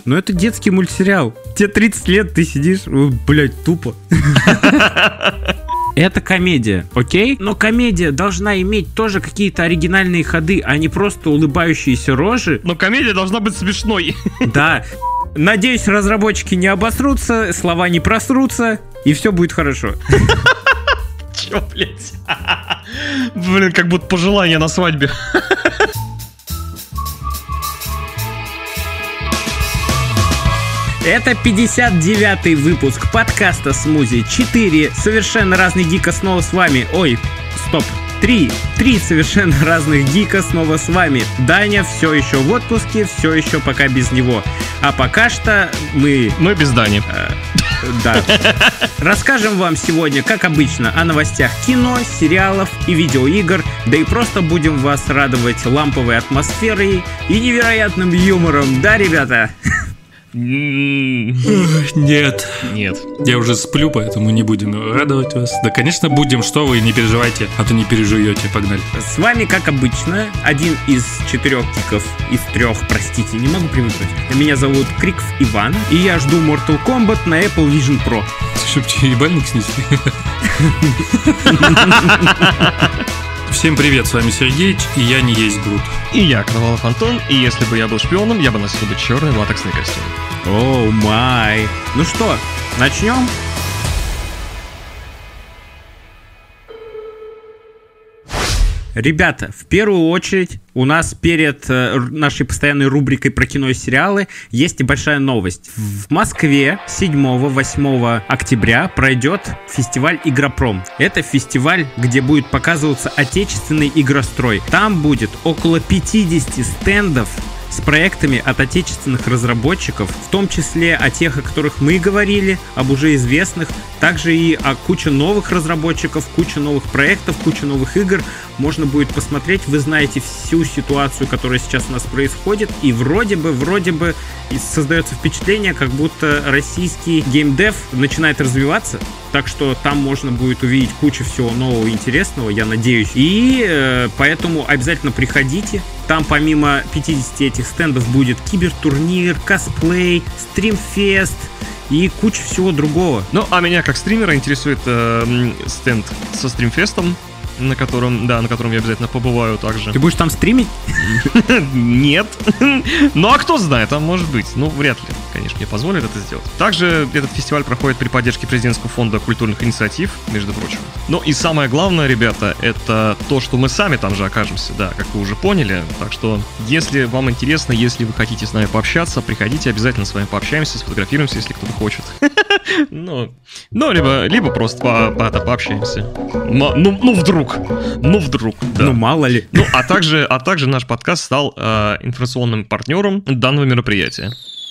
Ну это детский мультсериал. Тебе 30 лет, ты сидишь, блять, тупо. Это комедия, окей? Но комедия должна иметь тоже какие-то оригинальные ходы, а не просто улыбающиеся рожи. Но комедия должна быть смешной. Да. Надеюсь, разработчики не обосрутся, слова не просрутся, и все будет хорошо. Чё, блять? Блин, как будто пожелание на свадьбе. Это 59-й выпуск подкаста «Смузи». 4 совершенно разных гика снова с вами. Ой, стоп. 3 совершенно разных гика снова с вами. Даня все еще в отпуске, все еще пока без него. А пока что мы без Дани. Да. Расскажем вам сегодня, как обычно, о новостях кино, сериалов и видеоигр, да и просто будем вас радовать ламповой атмосферой и невероятным юмором. Да, ребята? Нет. Я уже сплю, поэтому не будем радовать вас. Да, конечно, будем, что вы, не переживайте, а то не пережуете, погнали. С вами, как обычно, один из 4 гиков, из 3, простите, не могу привыкнуть. Меня зовут Криков Иван, и я жду Mortal Kombat на Apple Vision Pro. Чтоб тебе ебальник снесли. Всем привет, с вами Сергеич, и я не есть Грут. И я, Коновалов Антон, и если бы я был шпионом, я бы носил бы черный латексный костюм. Оу май. Ну что, начнем? Ребята, в первую очередь у нас перед нашей постоянной рубрикой про кино и сериалы есть небольшая новость. В Москве 7-8 октября пройдет фестиваль Игропром. Это фестиваль, где будет показываться отечественный игрострой. Там будет около 50 стендов с проектами от отечественных разработчиков, в том числе о тех, о которых мы говорили, об уже известных, также и о куче новых разработчиков, куча новых проектов, куча новых игр. Можно будет посмотреть, вы знаете всю ситуацию, которая сейчас у нас происходит, и вроде бы создается впечатление, как будто российский геймдев начинает развиваться, так что там можно будет увидеть кучу всего нового и интересного, я надеюсь. И поэтому обязательно приходите. Там помимо 50 этих стендов будет кибертурнир, косплей, стримфест и куча всего другого. Ну, а меня как стримера интересует стенд со стримфестом, на котором я обязательно побываю также. Ты будешь там стримить? Нет. Ну, а кто знает, а может быть. Ну, вряд ли, конечно, мне позволят это сделать. Также этот фестиваль проходит при поддержке президентского фонда культурных инициатив, между прочим. Ну, и самое главное, ребята, это то, что мы сами там же окажемся, да, как вы уже поняли. Так что, если вам интересно, если вы хотите с нами пообщаться, приходите, обязательно с вами пообщаемся, сфотографируемся, если кто-то хочет. Ну, либо просто пообщаемся. Ну, вдруг, да. Ну, мало ли. Ну, а также наш подкаст стал информационным партнером данного мероприятия.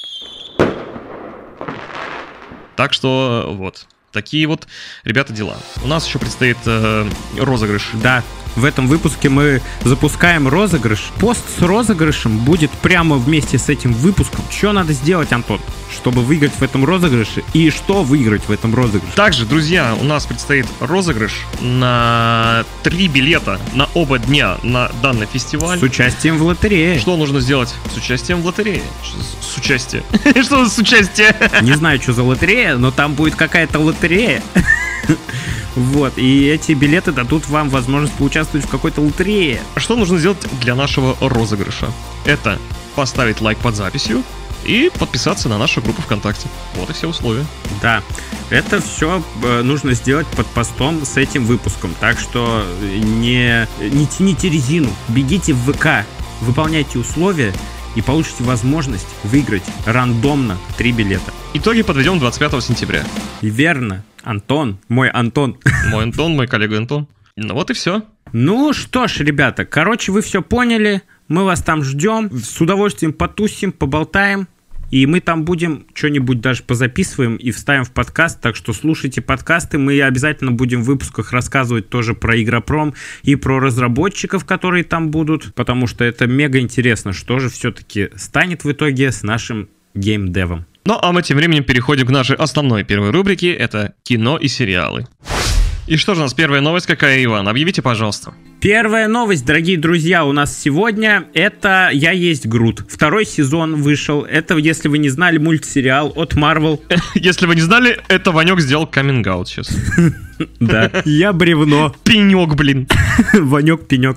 Так что, вот. Такие вот, ребята, дела. У нас еще предстоит розыгрыш. Да, в этом выпуске мы запускаем розыгрыш. Пост с розыгрышем будет прямо вместе с этим выпуском. Что надо сделать, Антон, чтобы выиграть в этом розыгрыше? И что выиграть в этом розыгрыше? Также, друзья, у нас предстоит розыгрыш на 3 билета на оба дня на данный фестиваль. С участием в лотерее. Что нужно сделать с участием в лотерее? С участием? Что с участием? Не знаю, что за лотерея, но там будет какая-то лотерея. Вот, и эти билеты дадут вам возможность поучаствовать в какой-то лотерее. Что нужно сделать для нашего розыгрыша? Это поставить лайк под записью и подписаться на нашу группу ВКонтакте. Вот и все условия. Да, это все нужно сделать под постом с этим выпуском. Так что не тяните резину, бегите в ВК, выполняйте условия и получите возможность выиграть рандомно 3 билета. Итоги подведем 25 сентября. Верно, Антон, мой Антон. Мой Антон, мой коллега Антон. Ну вот и все. Ну что ж, ребята, короче, вы все поняли. Мы вас там ждем. С удовольствием потусим, поболтаем. И мы там будем что-нибудь даже позаписываем и вставим в подкаст. Так что слушайте подкасты. Мы обязательно будем в выпусках рассказывать тоже про Игропром и про разработчиков, которые там будут. Потому что это мега интересно, что же все-таки станет в итоге с нашим геймдевом. Ну а мы тем временем переходим к нашей основной первой рубрике. Это кино и сериалы. И что же у нас первая новость какая, Иван? Объявите, пожалуйста. Первая новость, дорогие друзья, у нас сегодня это «Я есть Грут». Второй сезон вышел. Это, если вы не знали, мультсериал от Marvel. Если вы не знали, это Ванек сделал каминг-аут сейчас. Да, я бревно. Пенек, блин. Ванек, пенек.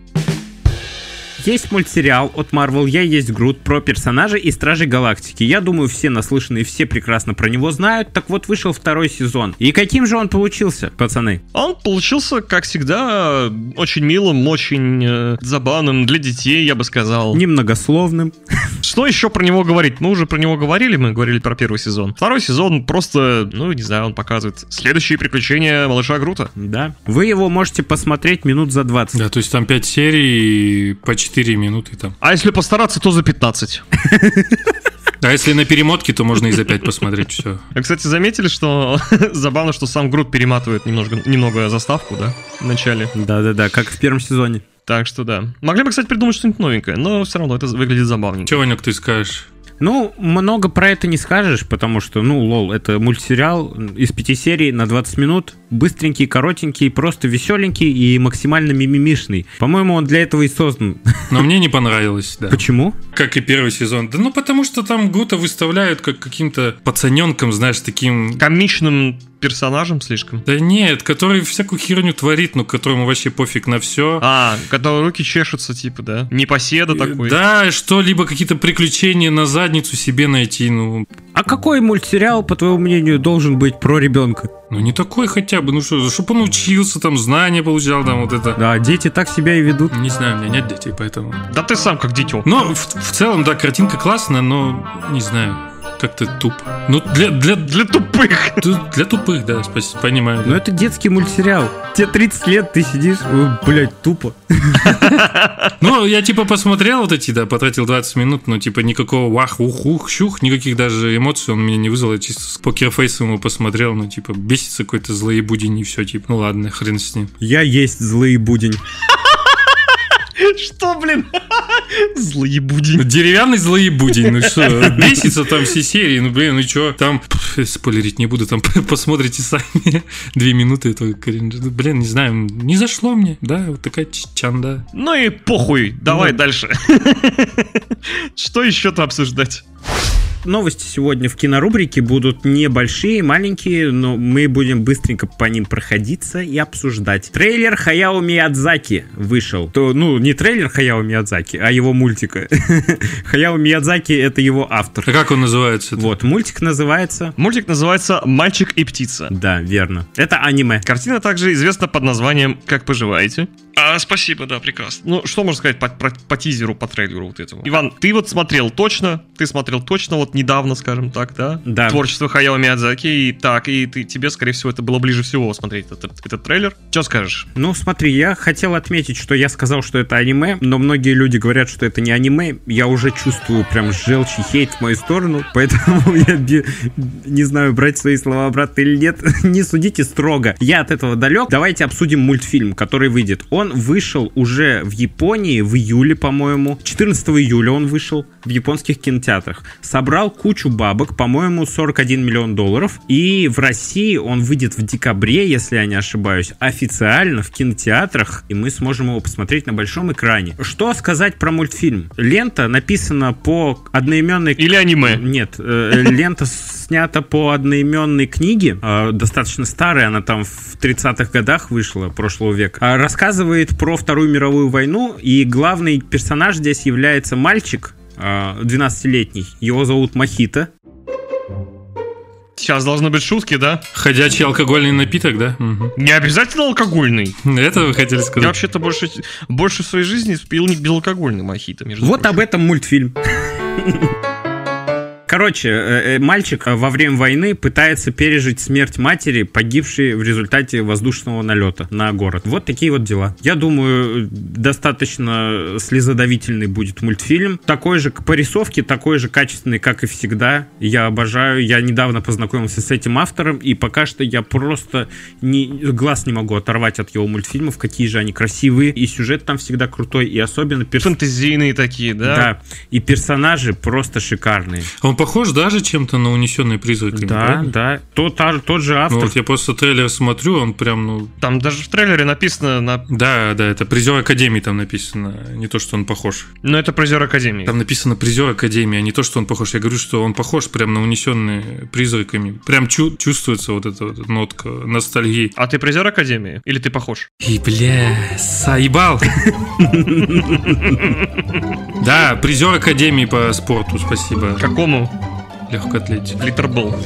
Есть мультсериал от Marvel «Я есть Грут» про персонажей из Стражей Галактики. Я думаю, все наслышаны и все прекрасно про него знают. Так вот, вышел второй сезон. И каким же он получился, пацаны? Он получился, как всегда, очень милым, очень забавным для детей, я бы сказал. Немногословным. Что еще про него говорить? Мы уже про него говорили, мы говорили про первый сезон. Второй сезон просто, не знаю, он показывает следующие приключения малыша Грута. Да. Вы его можете посмотреть минут за 20. Да, то есть там 5 серий и по 4 минуты там. А если постараться, то за 15. А если на перемотке, то можно и за 5 посмотреть все. Кстати, заметили, что забавно, что сам Грут перематывает немного заставку, да, в начале? Да, как в первом сезоне. Так что да. Могли бы, кстати, придумать что-нибудь новенькое, но все равно это выглядит забавненько. Че, Ванек, ты скажешь? Много про это не скажешь, потому что, это мультсериал из 5 серий на 20 минут, быстренький, коротенький, просто веселенький и максимально мимимишный. По-моему, он для этого и создан. Но мне не понравилось, да. Почему? Как и первый сезон. Да потому что там Грута выставляют как каким-то пацаненком, знаешь, таким... комичным персонажем слишком. Да нет, который всякую херню творит, которому вообще пофиг на все. Который руки чешутся, типа, да? Непоседа такой. Да, что-либо какие-то приключения на задницу себе найти, А какой мультсериал, по твоему мнению, должен быть про ребенка? Не такой хотя бы, чтобы он учился, там, знания получал, там, вот это. Да, дети так себя и ведут. Не знаю, у меня нет детей, поэтому... Да ты сам как дитё. Но в целом, да, картинка классная, но, не знаю... Как-то тупо. Для тупых. Для тупых, да, понимаю. Но это детский мультсериал. Тебе 30 лет, ты сидишь, тупо. Я посмотрел вот эти, да, потратил 20 минут, но никакого вах-ух-ух-щух, никаких даже эмоций он меня не вызвал. Я чисто с покерфейсом его посмотрел, бесится какой-то злоебудень и все, ладно, хрен с ним. Я есть злоебудень. Что, блин? Злоебудень. Деревянный злоебудень. Что, бесится там все серии. Что, там, спойлерить не буду, там посмотрите сами. 2 минуты этого кринжа. Не знаю, не зашло мне. Да, вот такая чанда. И похуй, давай дальше. Что еще-то обсуждать? Новости сегодня в кинорубрике будут небольшие, маленькие, но мы будем быстренько по ним проходиться и обсуждать. Трейлер Хаяо Миядзаки вышел. Не трейлер Хаяо Миядзаки, а его мультика. Хаяо Миядзаки — это его автор. А как он называется? Мультик называется... «Мальчик и птица». Да, верно. Это аниме. Картина также известна под названием «Как поживаете?». Спасибо, да, прекрасно. Что можно сказать по тизеру, по трейлеру вот этому? Иван, ты смотрел точно, недавно, скажем так, да? Да. Творчество Хаяо Миядзаки, и тебе, скорее всего, это было ближе всего смотреть этот трейлер. Что скажешь? Смотри, я хотел отметить, что я сказал, что это аниме, но многие люди говорят, что это не аниме. Я уже чувствую прям желчь и хейт в мою сторону, поэтому я не знаю, брать свои слова обратно или нет. Не судите строго. Я от этого далек. Давайте обсудим мультфильм, который выйдет. Он вышел уже в Японии в июле, по-моему. 14 июля он вышел в японских кинотеатрах. Собрал кучу бабок, по-моему, $41 миллион. И в России он выйдет в декабре, если я не ошибаюсь, официально в кинотеатрах, и мы сможем его посмотреть на большом экране. Что сказать про мультфильм? Лента написана по одноименной... Или аниме? Нет, лента снята по одноименной книге, достаточно старая, она там в 30-х годах вышла, прошлого века. Рассказывает про Вторую мировую войну, и главный персонаж здесь является мальчик, 12-летний. Его зовут Мохито. Сейчас должны быть шутки, да? Ходячий алкогольный напиток, да? Угу. Не обязательно алкогольный. Это вы хотели сказать? Я вообще-то больше в своей жизни пил не безалкогольный мохито. Вот прочим. Об этом мультфильм. Короче, мальчик во время войны пытается пережить смерть матери, погибшей в результате воздушного налета на город. Вот такие вот дела. Я думаю, достаточно слезодавительный будет мультфильм. Такой же по рисовке, такой же качественный, как и всегда. Я обожаю. Я недавно познакомился с этим автором, и пока что я просто глаз не могу оторвать от его мультфильмов. Какие же они красивые. И сюжет там всегда крутой, и особенно... Фэнтезийные такие, да? Да. И персонажи просто шикарные. Он, похож даже чем-то на «Унесенные призраками». Да, правильно? да. Тот же автор. Ну, вот я просто трейлер смотрю, он прям, ну... Там даже в трейлере написано на... Да, это призер Академии там написано, не то, что он похож. Ну, это призер Академии. Там написано призер Академии, а не то, что он похож. Я говорю, что он похож прям на «Унесенные призраками». Прям чувствуется вот эта вот нотка ностальгии. А ты призер Академии? Или ты похож? И, бля, заебал. Да, призер Академии по спорту, спасибо. Какому? Легкой атлетике. Литербол.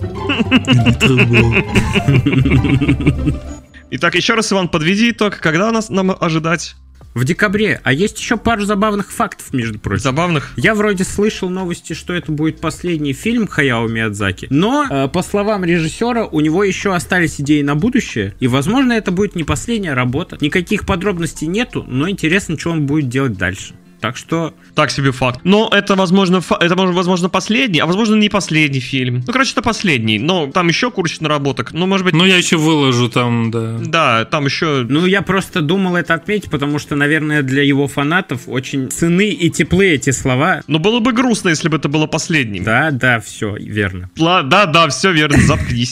Итак, еще раз, Иван, подведи итог. Когда нам ожидать? В декабре. А есть еще пару забавных фактов, между прочим. Забавных? Я вроде слышал новости, что это будет последний фильм Хаяо Миядзаки, но, по словам режиссера, у него еще остались идеи на будущее, и, возможно, это будет не последняя работа. Никаких подробностей нету, но интересно, что он будет делать дальше. Так что... Так себе факт. Но это, возможно, последний, а возможно, не последний фильм. Ну, короче, это последний. Но там еще куча наработок. Ну, может быть... Ну, я еще выложу там, да. Да, там еще... Ну, я просто думал это отметить, потому что, наверное, для его фанатов очень ценны и теплы эти слова. Но было бы грустно, если бы это было последним. Да, все, верно. Да, все верно, заткнись.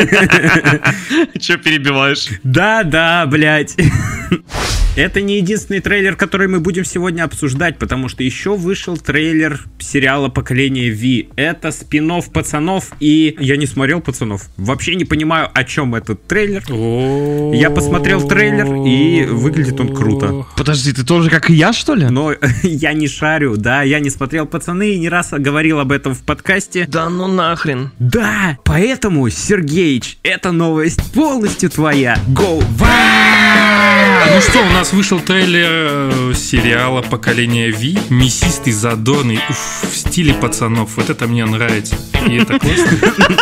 Че перебиваешь? Да, блядь. Это не единственный трейлер, который мы будем сегодня обсуждать, потому что еще вышел трейлер сериала «Поколение Ви». Это спин-офф «Пацанов», и я не смотрел «Пацанов». Вообще не понимаю, о чем этот трейлер. Я посмотрел трейлер, и выглядит он круто. Подожди, ты тоже как и я, что ли? Но я не шарю, да, я не смотрел «Пацаны» и не раз говорил об этом в подкасте. Да ну нахрен. Да, поэтому, Сергеич, эта новость полностью твоя. Go! Ну что, у нас вышел трейлер сериала «Поколение Ви». Мясистый, задорный, в стиле пацанов. Вот это мне нравится. И это классно.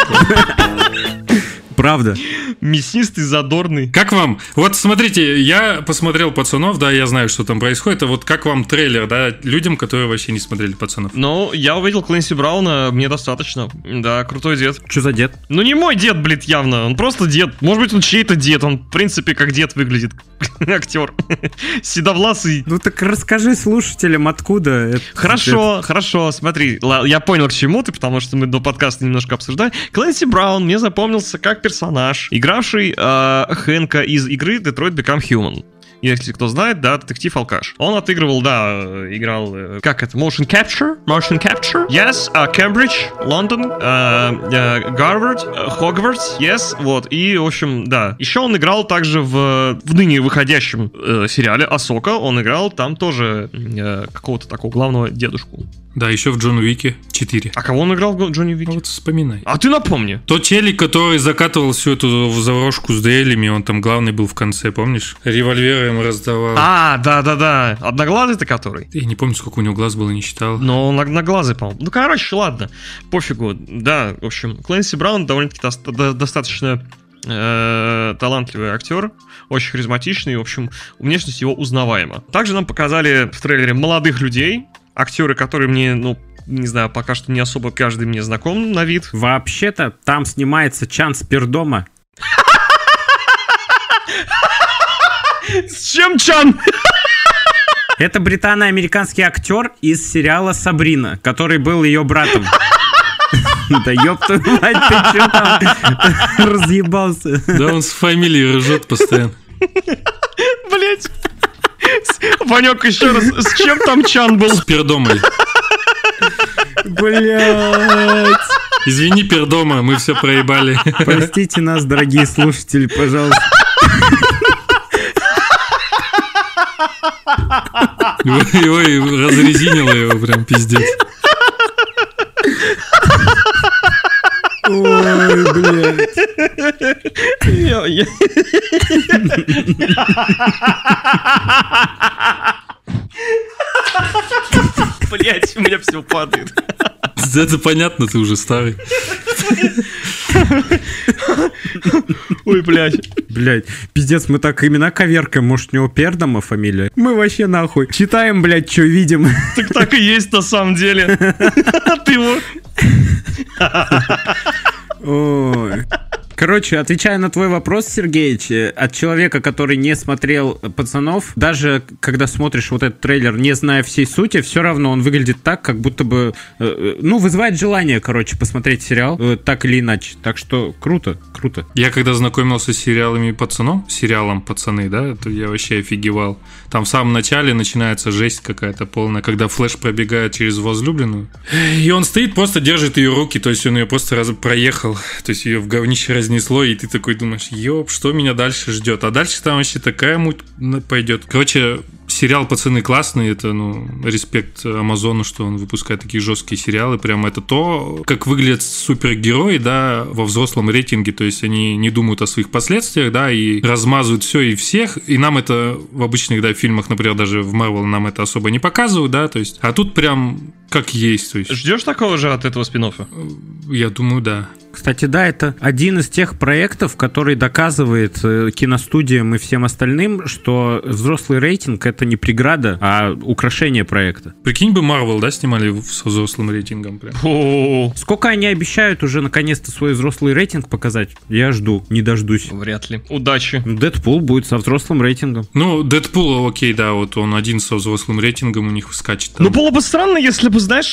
Правда. Мясистый, задорный. Как вам? Вот смотрите, я посмотрел «Пацанов», да, я знаю, что там происходит. А вот как вам трейлер, да, людям, которые вообще не смотрели «Пацанов»? Ну, я увидел Клэнси Брауна, мне достаточно. Да, крутой дед. Что за дед? Ну, не мой дед, блин, явно. Он просто дед. Может быть, он чей-то дед. Он, в принципе, как дед выглядит. Актер. Седовласый. Ну так расскажи слушателям, откуда это. Хорошо, смотри. Я понял, к чему ты, потому что мы до подкаста немножко обсуждали. Клэнси Браун мне запомнился как персонаж, игравший Хэнка из игры Detroit Become Human. Если кто знает, да, детектив-алкаш. Он отыгрывал, да, играл, как это, motion capture? Yes, Cambridge, Лондон, Гарвард, Хогвартс, yes, вот, и, в общем, да. Еще он играл также в ныне выходящем сериале Асока, он играл там тоже какого-то такого главного дедушку. Да, еще в Джон Уике 4. А кого он играл в Джонни Уике? Вот вспоминай. А ты напомни. Тот челик, который закатывал всю эту заварушку с дуэлями, он там главный был в конце, помнишь? Револьвер ему раздавал. Да. Одноглазый-то который? Я не помню, сколько у него глаз было, не считал. Но он одноглазый, по-моему. Ну, короче, ладно. Пофигу. Да, в общем, Клэнси Браун довольно-таки достаточно талантливый актер, очень харизматичный, в общем, внешность его узнаваема. Также нам показали в трейлере молодых людей, актеры, которые мне, не знаю, пока что не особо каждый мне знаком на вид. Вообще-то там снимается Чан Спердома. С чем Чан? Это британо-американский актер из сериала «Сабрина», который был ее братом. Да ёб твою мать, ты чё там разъебался? Да он с фамилией ржет постоянно. Блять. Ванек, еще раз, с чем там Чан был? С Пердомой. Блять. Извини, Пердома, мы все проебали. Простите нас, дорогие слушатели, пожалуйста. Его разрезинило его, прям пиздец. Ой, блядь. Блять, у меня все падает. Это понятно, ты уже старый. Ой, блядь. Блядь, пиздец, мы так имена коверкаем. Может, у него Пердома фамилия? Мы вообще нахуй читаем, блядь, что видим. Так и есть на самом деле. Ты его... Ой. Короче, отвечая на твой вопрос, Сергеич, от человека, который не смотрел «Пацанов», даже когда смотришь вот этот трейлер, не зная всей сути, все равно он выглядит так, как будто бы, вызывает желание, посмотреть сериал, так или иначе. Так что круто. Я когда знакомился с сериалом «Пацаны», да, то я вообще офигевал. Там в самом начале начинается жесть какая-то полная, когда Флэш пробегает через возлюбленную, и он стоит, просто держит ее руки, то есть он ее просто проехал, то есть ее в говнище разнесло, и ты такой думаешь, что меня дальше ждет? А дальше там вообще такая муть пойдет. Короче, сериал «Пацаны» классный, это, респект Амазону, что он выпускает такие жесткие сериалы, прям это то, как выглядят супергерои, да, во взрослом рейтинге, то есть они не думают о своих последствиях, да, и размазывают все и всех, и нам это в обычных, да, фильмах, например, даже в Marvel нам это особо не показывают, да, то есть, а тут прям как есть, то есть. Ждешь такого же от этого спин-оффа? Я думаю, да. Кстати, да, это один из тех проектов, который доказывает киностудиям и всем остальным, что взрослый рейтинг — это не преграда, а украшение проекта. Прикинь бы, Marvel, да, снимали со взрослым рейтингом прям. Сколько они обещают уже наконец-то свой взрослый рейтинг показать? Я жду, не дождусь. Вряд ли. Удачи. Дэдпул будет со взрослым рейтингом. Дэдпул, окей, да, вот он один со взрослым рейтингом у них скачет. Там. Было бы странно, если бы, знаешь,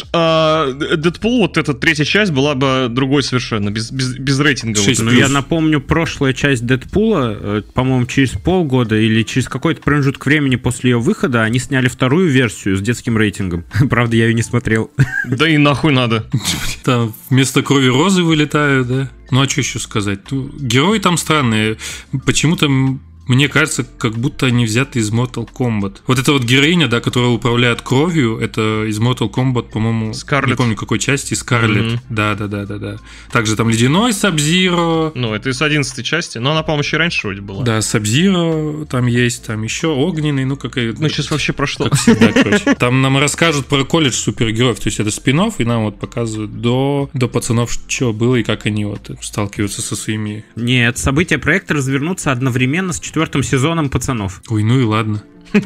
Дэдпул, вот эта третья часть была бы другой совершенно, без рейтинга. Я напомню, прошлая часть Дэдпула, по-моему, через полгода или через какой-то промежуток времени после ее выхода они сняли вторую версию с детским рейтингом. Правда, я ее не смотрел. Да и нахуй надо. Там вместо крови розы вылетают, да? А что еще сказать? Герои там странные. Почему-то мне кажется, как будто они взяты из Mortal Kombat. Вот эта вот героиня, да, которая управляет кровью, это из Mortal Kombat, по-моему, Скарлетт. Не помню какой части, Скарлетт. Да. Также там Ледяной Саб-Зиро. Это из 11-й части, но она, по-моему, еще раньше вроде была. Да, Саб-Зиро там есть, там еще Огненный, сейчас вообще прошло. Как всегда, короче. Там нам расскажут про колледж супергероев, то есть это спин-офф, и нам вот показывают до пацанов, что было и как они вот сталкиваются со своими... Нет, события проекта развернутся одновременно с 4-м сезоном «Пацанов». Ой, и ладно.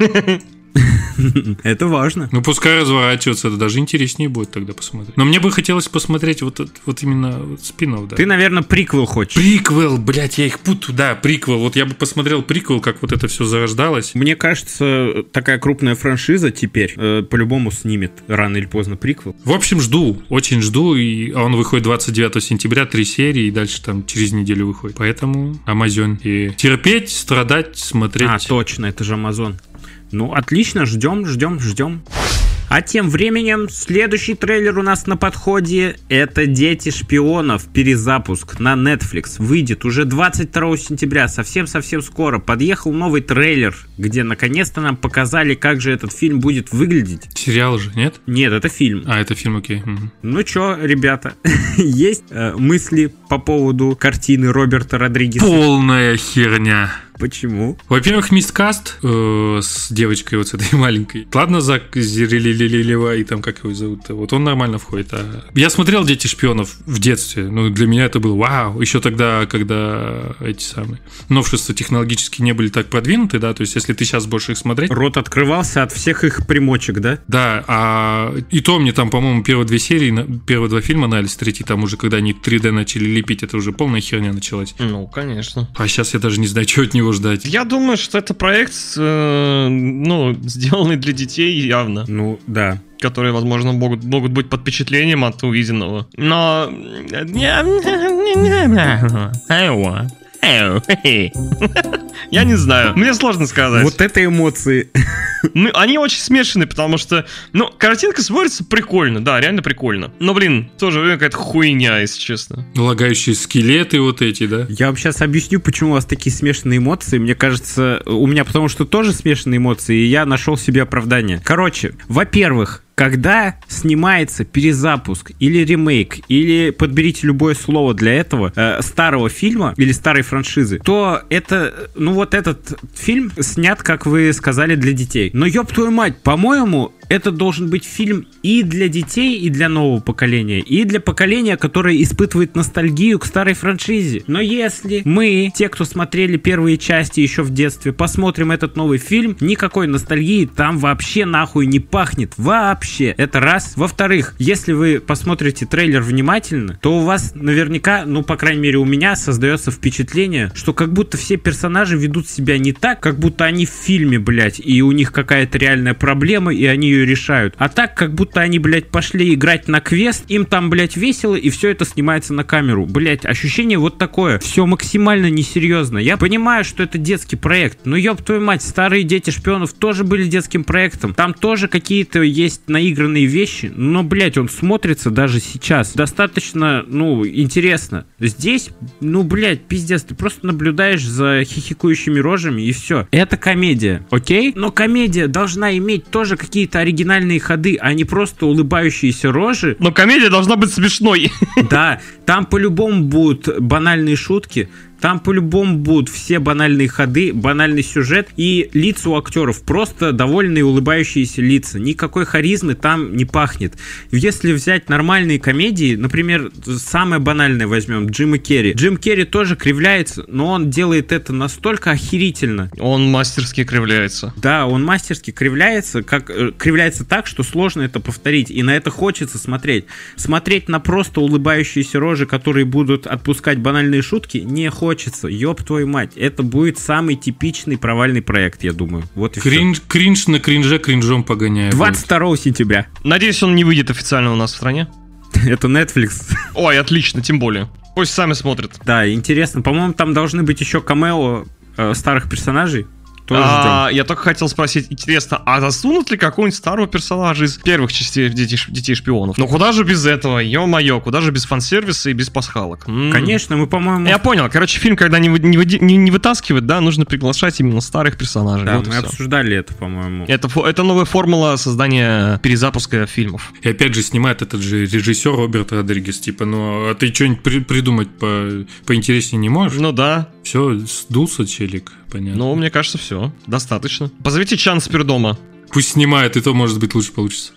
Это важно. Пускай разворачиваться, это даже интереснее будет тогда посмотреть. Но мне бы хотелось посмотреть вот именно спин-офф, да. Ты, наверное, приквел хочешь. Приквел, блядь, я их путаю, да, приквел. Вот я бы посмотрел приквел, как вот это все зарождалось. Мне кажется, такая крупная франшиза теперь по-любому снимет рано или поздно приквел. В общем, очень жду, и он выходит 29 сентября, 3 серии, и дальше там через неделю выходит. Поэтому Amazon. И терпеть, страдать, смотреть. Точно, это же Amazon. Отлично, ждем. А тем временем следующий трейлер у нас на подходе. Это «Дети шпионов», перезапуск на Netflix. Выйдет уже 22 сентября, совсем-совсем скоро. Подъехал новый трейлер, где наконец-то нам показали, как же этот фильм будет выглядеть. Сериал же, нет? Нет, это фильм. Это фильм, окей. Чё, ребята, есть мысли по поводу картины Роберта Родригеса? Полная херня. Почему? Во-первых, мисткаст с девочкой вот с этой маленькой. Ладно, Зак Зирилилилева и там как его зовут-то. Вот он нормально входит. Я смотрел «Дети шпионов» в детстве. Для меня это было вау. Еще тогда, когда эти самые новшества технологически не были так продвинуты, да, то есть если ты сейчас будешь их смотреть... Рот открывался от всех их примочек, да? Да, и то мне там, по-моему, первые 2 фильма нравились, третий там уже, когда они 3D начали лепить, это уже полная херня началась. Конечно. А сейчас я даже не знаю, что от него ждать. Я думаю, что это проект, сделанный для детей явно. Да. Которые, возможно, могут быть под впечатлением от увиденного. Но... Я не знаю. Мне сложно сказать. Вот это эмоции. Они очень смешаны, потому что, картинка смотрится прикольно. Да, реально прикольно. Но, тоже какая-то хуйня, если честно. Лагающие скелеты вот эти, да? Я вам сейчас объясню, почему у вас такие смешанные эмоции. Мне кажется, у меня потому что тоже смешанные эмоции, и я нашел себе оправдание. Короче, во-первых, когда снимается перезапуск или ремейк, или подберите любое слово для этого, старого фильма или старой франшизы, то это, вот этот фильм снят, как вы сказали, для детей. Но ёб твою мать, по-моему, Это должен быть фильм и для детей, и для нового поколения, и для поколения, которое испытывает ностальгию к старой франшизе. Но если мы, те, кто смотрели первые части еще в детстве, посмотрим этот новый фильм, никакой ностальгии там вообще нахуй не пахнет. Вообще. Это раз. Во-вторых, если вы посмотрите трейлер внимательно, то у вас наверняка, ну, по крайней мере, у меня создается впечатление, что как будто все персонажи ведут себя не так, как будто они в фильме, блядь, и у них какая-то реальная проблема, и они ее решают. А так, как будто они, блядь, пошли играть на квест, им там, блядь, весело, и все это снимается на камеру. Блядь, ощущение вот такое. Все максимально несерьезно. Я понимаю, что это детский проект, но ёб твою мать, старые дети шпионов тоже были детским проектом. Там тоже какие-то есть наигранные вещи, но, блядь, он смотрится даже сейчас достаточно, ну, интересно. Здесь, ну, блядь, пиздец, ты просто наблюдаешь за хихикающими рожами и все. Это комедия, окей? Но комедия должна иметь тоже какие-то оригинальные ходы, а не просто улыбающиеся рожи. Но комедия должна быть смешной. Да, там по-любому будут банальные шутки, там по-любому будут все банальные ходы, банальный сюжет и лица у актеров. Просто довольные улыбающиеся лица. Никакой харизмы там не пахнет. Если взять нормальные комедии, например, самое банальное возьмем, Джима Керри. Джим Керри тоже кривляется, но он делает это настолько охерительно. Он мастерски кривляется. Да, он мастерски кривляется, кривляется так, что сложно это повторить. И на это хочется смотреть. Смотреть на просто улыбающиеся рожи, которые будут отпускать банальные шутки, не хочется. Ёб твою мать. Это будет самый типичный провальный проект, я думаю. Вот и Кринж на кринже кринжом погоняет. 22 сентября. Надеюсь, он не выйдет официально у нас в стране. Это Netflix. Ой, отлично, тем более. Пусть сами смотрят. Да, интересно. По-моему, там должны быть еще камео старых персонажей. Я только хотел спросить, интересно, а засунут ли какого-нибудь старого персонажа из первых частей «Детей шпионов»? Ну куда же без этого, ё-моё, куда же без фан-сервиса и без пасхалок? Конечно, мы, по-моему... Я понял, короче, фильм, когда не вытаскивают, да, нужно приглашать именно старых персонажей. Да, вот мы обсуждали это, по-моему. Это новая формула создания перезапуска фильмов. И опять же снимает этот же режиссер Роберт Родригес, типа, ну, а ты что-нибудь придумать поинтереснее не можешь? Ну да. Все, сдулся челик, понятно. Ну, мне кажется, все, достаточно. Позовите Чан Спердома. Пусть снимает, и то, может быть, лучше получится.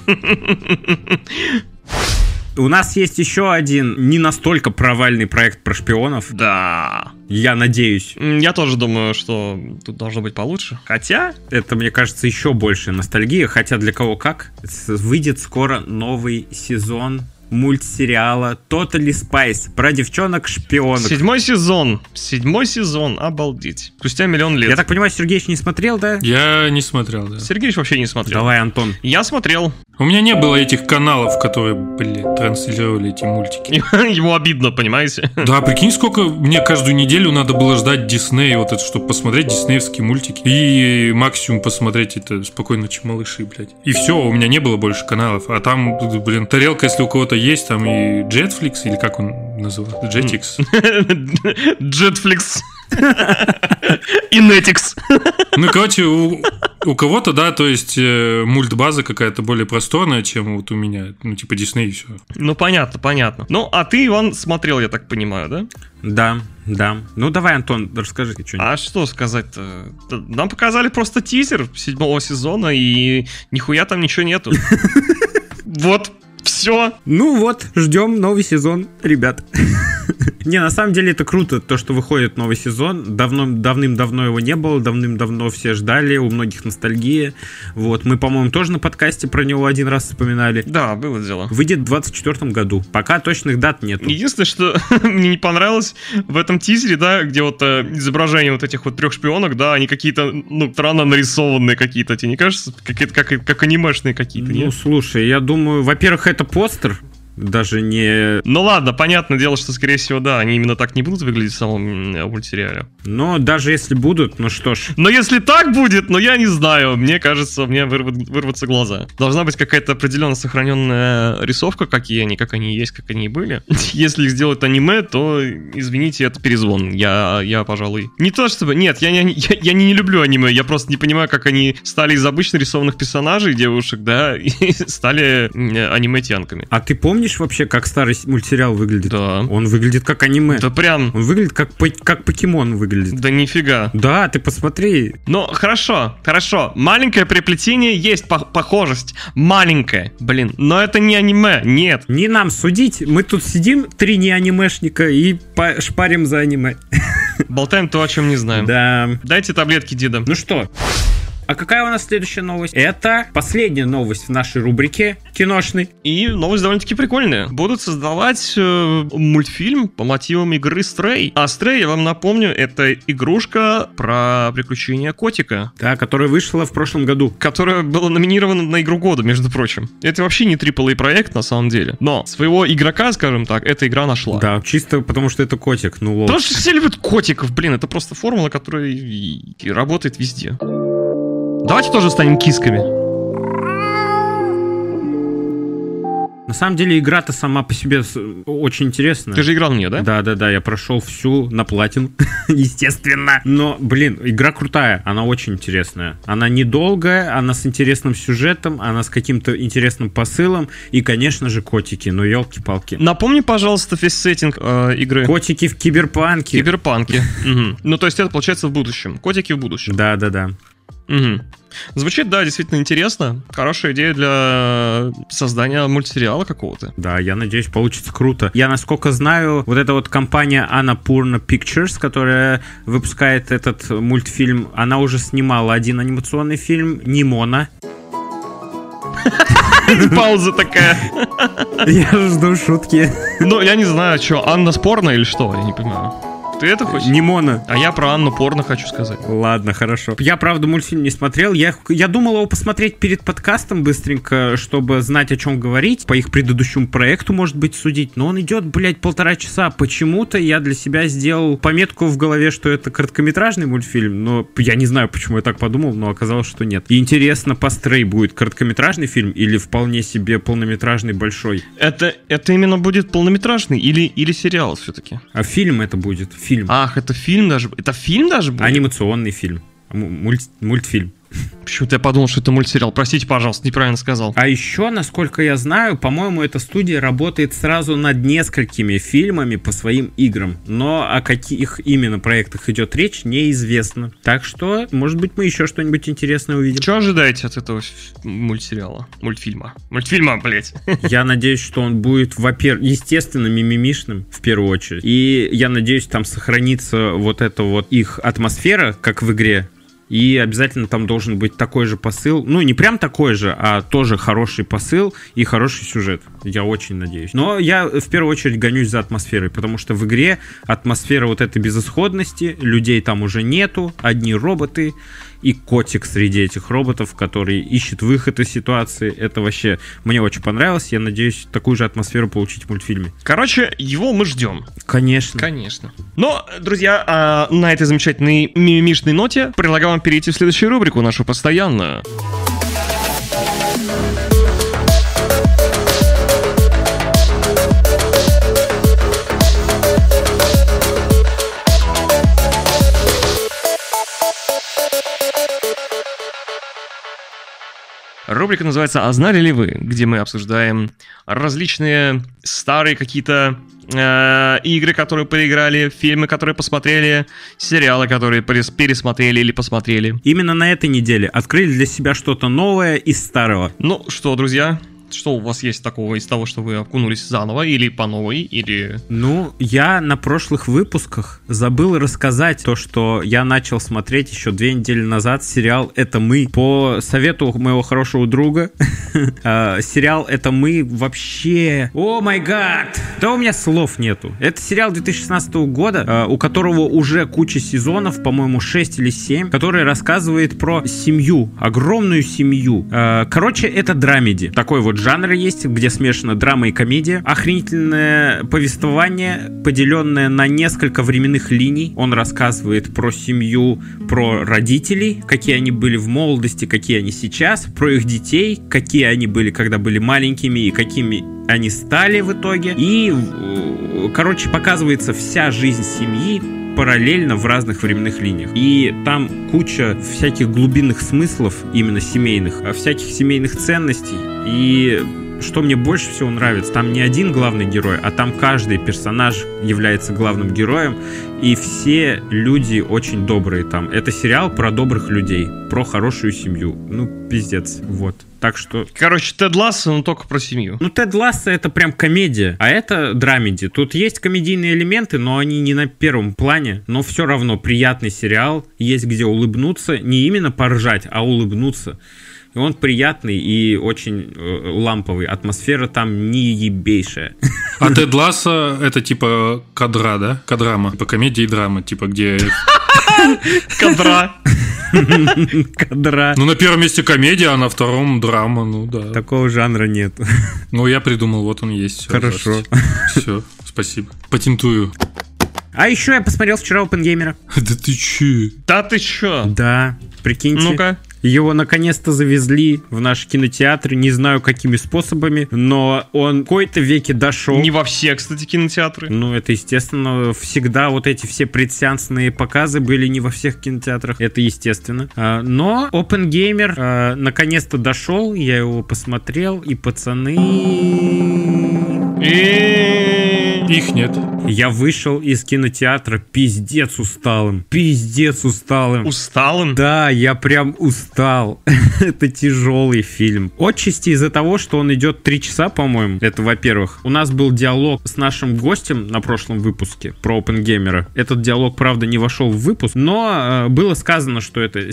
У нас есть еще один не настолько провальный проект про шпионов. Да. Я надеюсь. Я тоже думаю, что тут должно быть получше. Хотя... Это, мне кажется, еще большая ностальгия. Хотя для кого как. Выйдет скоро новый сезон мультсериала Totally Spies про девчонок-шпионок. 7 сезон, обалдеть. Спустя миллион лет. Я так понимаю, Сергеевич не смотрел, да? Я не смотрел, да. Сергеевич вообще не смотрел. Давай, Антон. Я смотрел. У меня не было этих каналов, которые, транслировали эти мультики. Ему обидно, понимаете? Да, прикинь, сколько мне каждую неделю надо было ждать Дисней, вот это, чтобы посмотреть диснеевские мультики. И максимум посмотреть это «Спокойной ночи, малыши», блядь. И все, у меня не было больше каналов. А там, тарелка, если у кого-то есть, там и Jetflix, или как он называется? Jetix. Jetflix. И Netix. Ну, короче, у кого-то, да, то есть мультбаза какая-то более просторная, чем вот у меня. Ну, типа Дисней и все. Ну, понятно. Ну, а ты, Иван, смотрел, я так понимаю, да? Да. Ну, давай, Антон, расскажи что-нибудь. А что сказать-то? Нам показали просто тизер 7 сезона, и нихуя там ничего нету. Вот. Все. Ну вот, ждем новый сезон, ребят. Не, на самом деле это круто, то, что выходит новый сезон. Давным-давно его не было, давным-давно все ждали, у многих ностальгия. Вот, мы, по-моему, тоже на подкасте про него один раз вспоминали. Да, было дело. Выйдет в 2024 году. Пока точных дат нету. Единственное, что мне не понравилось в этом тизере, да, где вот изображение вот этих вот 3 шпионок, да, они какие-то, ну, странно нарисованные какие-то, тебе не кажется? Как анимешные какие-то, ну, нет? Слушай, я думаю, во-первых, это постер. Даже не... Ну ладно, понятное дело, что, скорее всего, да, они именно так не будут выглядеть в самом мультсериале. Но даже если будут, ну что ж. Но если так будет, ну я не знаю, мне кажется, мне вырвутся глаза. Должна быть какая-то определенно сохраненная рисовка, какие они, как они есть, как они и были. Если их сделать аниме, то, извините, это перезвон. Я, пожалуй... Не то чтобы... Нет, я не люблю аниме, я просто не понимаю, как они стали из обычно рисованных персонажей, девушек, да, и стали аниме-тянками. А ты помнишь, помнишь вообще, как старый мультсериал выглядит? Да. Он выглядит как аниме. Да прям... Он выглядит как покемон выглядит. Да нифига. Да, ты посмотри. Ну, хорошо. Маленькое переплетение есть похожесть. Маленькое, блин. Но это не аниме, нет. Не нам судить. Мы тут сидим, 3 не-анимешника, и шпарим за аниме. Болтаем то, о чем не знаем. Да. Дайте таблетки, деда. Ну что? А какая у нас следующая новость? Это последняя новость в нашей рубрике киношной. И новость довольно-таки прикольная. Будут создавать мультфильм по мотивам игры Stray. А Stray, я вам напомню, это игрушка про приключения котика. Да, которая вышла в прошлом году. Которая была номинирована на игру года, между прочим. Это вообще не AAA проект на самом деле. Но своего игрока, скажем так, эта игра нашла. Да, чисто потому что это котик. Ну, потому что все любят котиков, блин. Это просто формула, которая и работает везде. Давайте тоже станем кисками. На самом деле игра-то сама по себе очень интересная. Ты же играл в нее, да? Да, я прошел всю на платину, естественно. Но, блин, игра крутая, она очень интересная. Она недолгая, она с интересным сюжетом, она с каким-то интересным посылом. И, конечно же, котики, ну елки-палки. Напомни, пожалуйста, весь сеттинг игры. Котики в киберпанке. Ну, то есть это получается в будущем. Котики в будущем. Да. Угу. Звучит, да, действительно интересно. Хорошая идея для создания мультсериала какого-то. Да, я надеюсь, получится круто. Я, насколько знаю, вот эта вот компания Annapurna Pictures, которая выпускает этот мультфильм, она уже снимала один анимационный фильм «Нимона». Пауза такая. Я жду шутки. Ну, я не знаю, что, Анна Спорна или что, я не понимаю. Ты это хочешь? Нимона. А я про Анну Порно хочу сказать. Ладно, хорошо. Я, правда, мультфильм не смотрел. Я думал его посмотреть перед подкастом быстренько, чтобы знать, о чем говорить. По их предыдущему проекту, может быть, судить. Но он идет, блядь, 1,5 часа. Почему-то я для себя сделал пометку в голове, что это короткометражный мультфильм. Но я не знаю, почему я так подумал, но оказалось, что нет. И интересно, по Stray будет короткометражный фильм или вполне себе полнометражный большой? Это именно будет полнометражный или сериал все-таки? А фильм это будет. Фильм. Ах, это фильм даже? Это фильм даже будет? Анимационный фильм. Мультфильм. Почему-то я подумал, что это мультсериал. Простите, пожалуйста, неправильно сказал. А еще, насколько я знаю, по-моему, эта студия работает сразу над несколькими фильмами по своим играм. Но о каких именно проектах идет речь, неизвестно. Так что, может быть, мы еще что-нибудь интересное увидим. Что ожидаете от этого мультсериала? Мультфильма, блять. Я надеюсь, что он будет, во-первых, естественно, мимимишным, в первую очередь. И я надеюсь, там сохранится вот эта вот их атмосфера, как в игре. И обязательно там должен быть такой же посыл. Ну, не прям такой же, а тоже хороший посыл и хороший сюжет. Я очень надеюсь. Но я в первую очередь гонюсь за атмосферой, потому что в игре атмосфера вот этой безысходности, людей там уже нету, одни роботы и котик среди этих роботов, который ищет выход из ситуации. Это вообще мне очень понравилось. Я надеюсь такую же атмосферу получить в мультфильме. Короче, его мы ждем. Конечно. Но, друзья, на этой замечательной мимимишной ноте предлагаю вам перейти в следующую рубрику, нашу постоянную. Рубрика называется «А знали ли вы?», где мы обсуждаем различные старые какие-то игры, которые поиграли, фильмы, которые посмотрели, сериалы, которые пересмотрели или посмотрели. Именно на этой неделе открыли для себя что-то новое из старого. Ну что, друзья, что у вас есть такого из того, что вы окунулись заново или по новой, или... Ну, я на прошлых выпусках забыл рассказать то, что я начал смотреть еще 2 недели назад сериал «Это мы». По совету моего хорошего друга. Сериал «Это мы» вообще... О май гад! Да у меня слов нету. Это сериал 2016 года, у которого уже куча сезонов, по-моему, 6 или 7, который рассказывает про семью, огромную семью. Короче, это драмеди. Такой вот жанр есть, где смешана драма и комедия. Охренительное повествование, поделенное на несколько временных линий. Он рассказывает про семью, про родителей, какие они были в молодости, какие они сейчас, про их детей, какие они были, когда были маленькими и какими они стали в итоге. И, короче, показывается вся жизнь семьи параллельно в разных временных линиях. И там куча всяких глубинных смыслов, именно семейных, всяких семейных ценностей. И что мне больше всего нравится, там не один главный герой, а там каждый персонаж является главным героем, и все люди очень добрые там. Это сериал про добрых людей, про хорошую семью. Ну, пиздец, вот. Так что... Короче, Тед Лассо, но только про семью. Ну, Тед Лассо — это прям комедия, а это драмеди. Тут есть комедийные элементы, но они не на первом плане, но все равно приятный сериал, есть где улыбнуться, не именно поржать, а улыбнуться. И он приятный и очень ламповый. Атмосфера там не ебейшая. А Тед Лассо — это типа кадра, да? Кадрама. Типа комедия и драма, типа где... Кадра. Кадра. Ну, на первом месте комедия, а на втором драма, ну да. Такого жанра нет. Ну, я придумал, вот он есть. Всё, хорошо. Все, спасибо. Патентую. А еще я посмотрел вчера Оппенгеймера. Да ты че? Да ты чё? Да, прикиньте. Ну-ка. Его наконец-то завезли в наш кинотеатр, не знаю какими способами, но он в какой-то веке дошел. Не во все, кстати, кинотеатры. Ну, это естественно, всегда вот эти все предсеансные показы были не во всех кинотеатрах, это естественно. Но Оппенгеймер наконец-то дошел, я его посмотрел, и пацаны... Их нет. Я вышел из кинотеатра пиздец усталым. Усталым? Да, я прям устал. Это тяжелый фильм. Отчасти из-за того, что он идет 3 часа, по-моему. Это, во-первых. У нас был диалог с нашим гостем на прошлом выпуске про Оппенгеймера. Этот диалог, правда, не вошел в выпуск, но было сказано, что это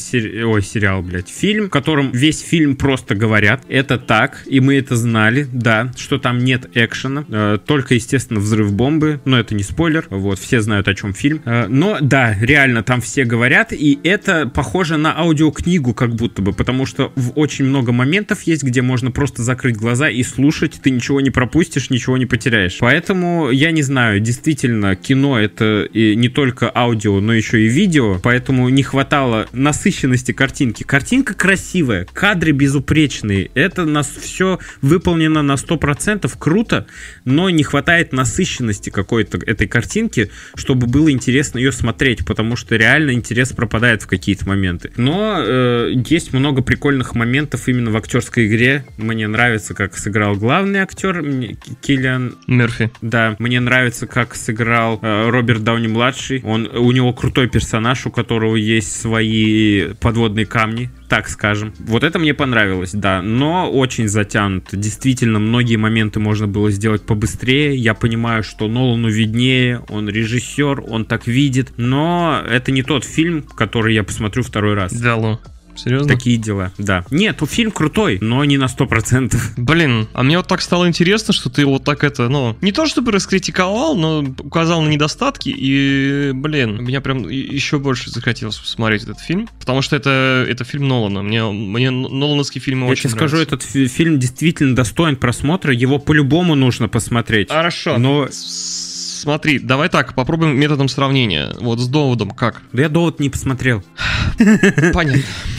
фильм, в котором весь фильм просто говорят. Это так, и мы это знали, да, что там нет экшена, только, естественно, взрыв бомбы, но это не спойлер, вот, все знают, о чем фильм. Но, да, реально, там все говорят, и это похоже на аудиокнигу, как будто бы, потому что очень много моментов есть, где можно просто закрыть глаза и слушать, ты ничего не пропустишь, ничего не потеряешь. Поэтому, я не знаю, действительно, кино — это и не только аудио, но еще и видео, поэтому не хватало насыщенности картинки. Картинка красивая, кадры безупречные, это все выполнено на 100%, круто, но не хватает насыщенности какой-то этой картинки, чтобы было интересно ее смотреть, потому что реально интерес пропадает в какие-то моменты. Но есть много прикольных моментов именно в актерской игре. Мне нравится, как сыграл главный актер Киллиан Мерфи. Да, мне нравится, как сыграл Роберт Дауни-младший. У него крутой персонаж, у которого есть свои подводные камни, так скажем. Вот это мне понравилось, да, но очень затянуто. Действительно, многие моменты можно было сделать побыстрее. Я понимаю, что Нолану виднее, он режиссер, он так видит, но это не тот фильм, который я посмотрю второй раз. Да, серьезно? Такие дела, да. Нет, фильм крутой, но не на 100%. Блин, а мне вот так стало интересно, что ты вот так не то чтобы раскритиковал, но указал на недостатки, и, блин, меня прям еще больше захотелось посмотреть этот фильм, потому что это фильм Нолана. Мне нолановские фильмы очень нравятся. Я тебе скажу, этот фильм действительно достоин просмотра, его по-любому нужно посмотреть. Хорошо. Но... Смотри, давай так, попробуем методом сравнения. Вот с «Доводом» как? Да я «Довод» не посмотрел. Понятно.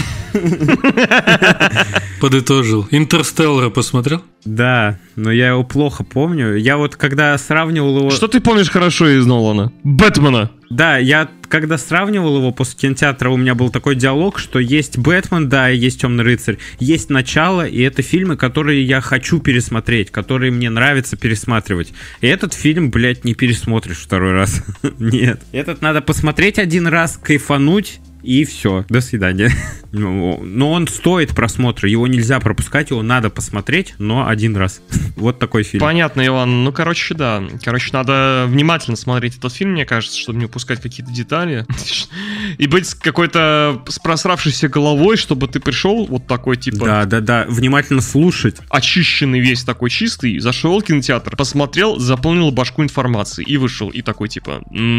Подытожил. «Интерстеллара» посмотрел? Да, но я его плохо помню. Я вот когда сравнивал его... Что ты помнишь хорошо из Нолана? «Бэтмена». Да, я когда сравнивал его после кинотеатра, у меня был такой диалог, что есть «Бэтмен», да, и есть «Темный рыцарь», есть «Начало», и это фильмы, которые я хочу пересмотреть, которые мне нравится пересматривать. И этот фильм, блядь, не пересмотришь второй раз. Нет. Этот надо посмотреть один раз, кайфануть, и все, до свидания. Но он стоит просмотра, его нельзя пропускать, его надо посмотреть, но один раз. Вот такой фильм. Понятно, Иван. Ну, да. Надо внимательно смотреть этот фильм, мне кажется, чтобы не упускать какие-то детали. И быть с какой-то просравшейся головой, чтобы ты пришел вот такой, типа... Да, внимательно слушать. Очищенный весь такой чистый, зашел в кинотеатр, посмотрел, заполнил башку информацией и вышел. И такой, типа...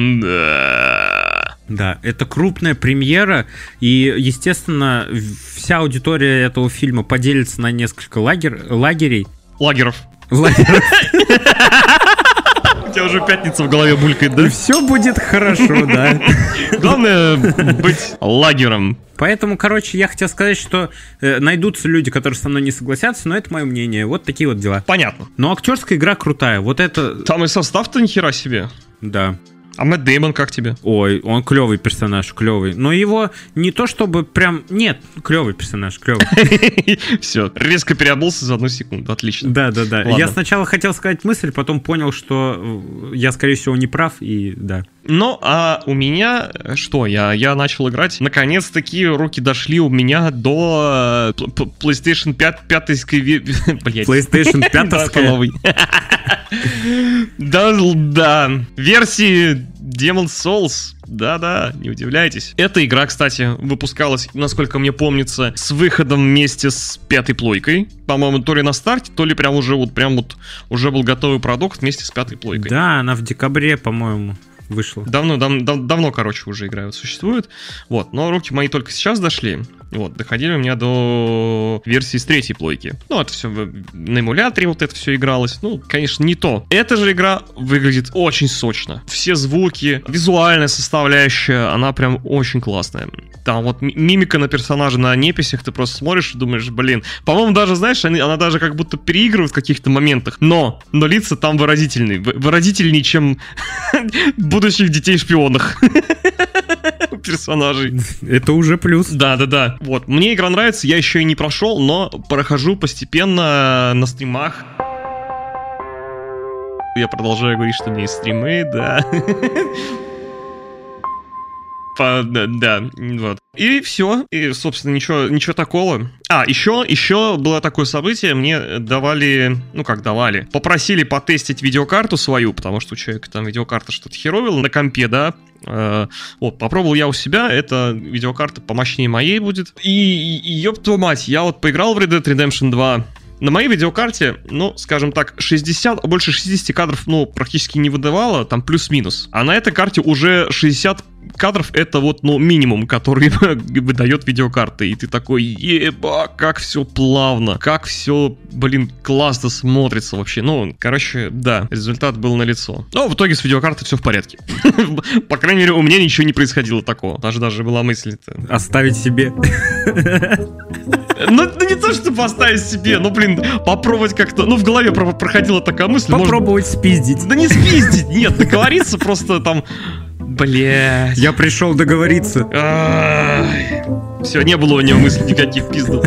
Да, это крупная премьера, и, естественно, вся аудитория этого фильма поделится на несколько лагерей. Лагеров. У тебя уже пятница в голове булькает, да? И все будет хорошо, да. Главное быть лагером. Поэтому, я хотел сказать, что найдутся люди, которые со мной не согласятся, но это мое мнение. Вот такие вот дела. Понятно. Но актерская игра крутая. Вот это... Там и состав-то нихера себе. Да. А Мэтт Дэймон как тебе? Ой, он клевый персонаж, клевый. Но его не то чтобы прям... Нет, клевый персонаж, клевый. Все, резко переобулся за 1 секунду, отлично. Да. Ладно. Я сначала хотел сказать мысль, потом понял, что я, скорее всего, не прав, и да. Ну, а у меня что? Я начал играть. Наконец-таки руки дошли у меня до PlayStation 5 блять. PlayStation 5-ская? Да. Версии Demon's Souls. Да, не удивляйтесь. Эта игра, кстати, выпускалась, насколько мне помнится, с выходом вместе с 5-й плойкой. По-моему, то ли на старте, то ли прям уже был готовый продукт вместе с 5-й плойкой. Да, она в декабре, по-моему, вышла. Давно, короче, уже игра существует. Вот, но руки мои только сейчас дошли. Вот, доходили у меня до версии с 3-й плойки. Ну, это все на эмуляторе вот это все игралось. Ну, конечно, не то. Эта же игра выглядит очень сочно. Все звуки, визуальная составляющая, она прям очень классная. Там вот мимика на персонажа на неписях, ты просто смотришь и думаешь, блин. По-моему, даже, знаешь, она даже как будто переигрывает в каких-то моментах. Но лица там выразительные. Выразительнее, чем будущих детей-шпионах. Персонажей. Это уже плюс. Да. Вот, мне игра нравится, я еще и не прошел, но прохожу постепенно на стримах. Я продолжаю говорить, что у меня есть стримы, да. Да, вот. И все. И, собственно, ничего такого. Еще было такое событие. Мне давали... Попросили потестить видеокарту свою, потому что у человека там видеокарта что-то херовила на компе, да. Вот, попробовал я у себя. Эта видеокарта помощнее моей будет. И ёб твою мать, я вот поиграл в Red Dead Redemption 2. На моей видеокарте, скажем так, больше 60 кадров, практически не выдавало, там плюс-минус. А на этой карте уже 60 кадров — это вот, минимум, который выдает видеокарта. И ты такой, еба, как все плавно, как все, классно смотрится вообще. Да, результат был налицо. Но в итоге с видеокартой все в порядке. По крайней мере, у меня ничего не происходило такого. Даже была мысль... Оставить себе. Не то, чтобы оставить себе, попробовать как-то... В голове проходила такая мысль. Попробовать спиздить. Да не спиздить, нет, договориться просто там... Блять. Я пришел договориться. Все, не было у него мыслей никаких, пизду.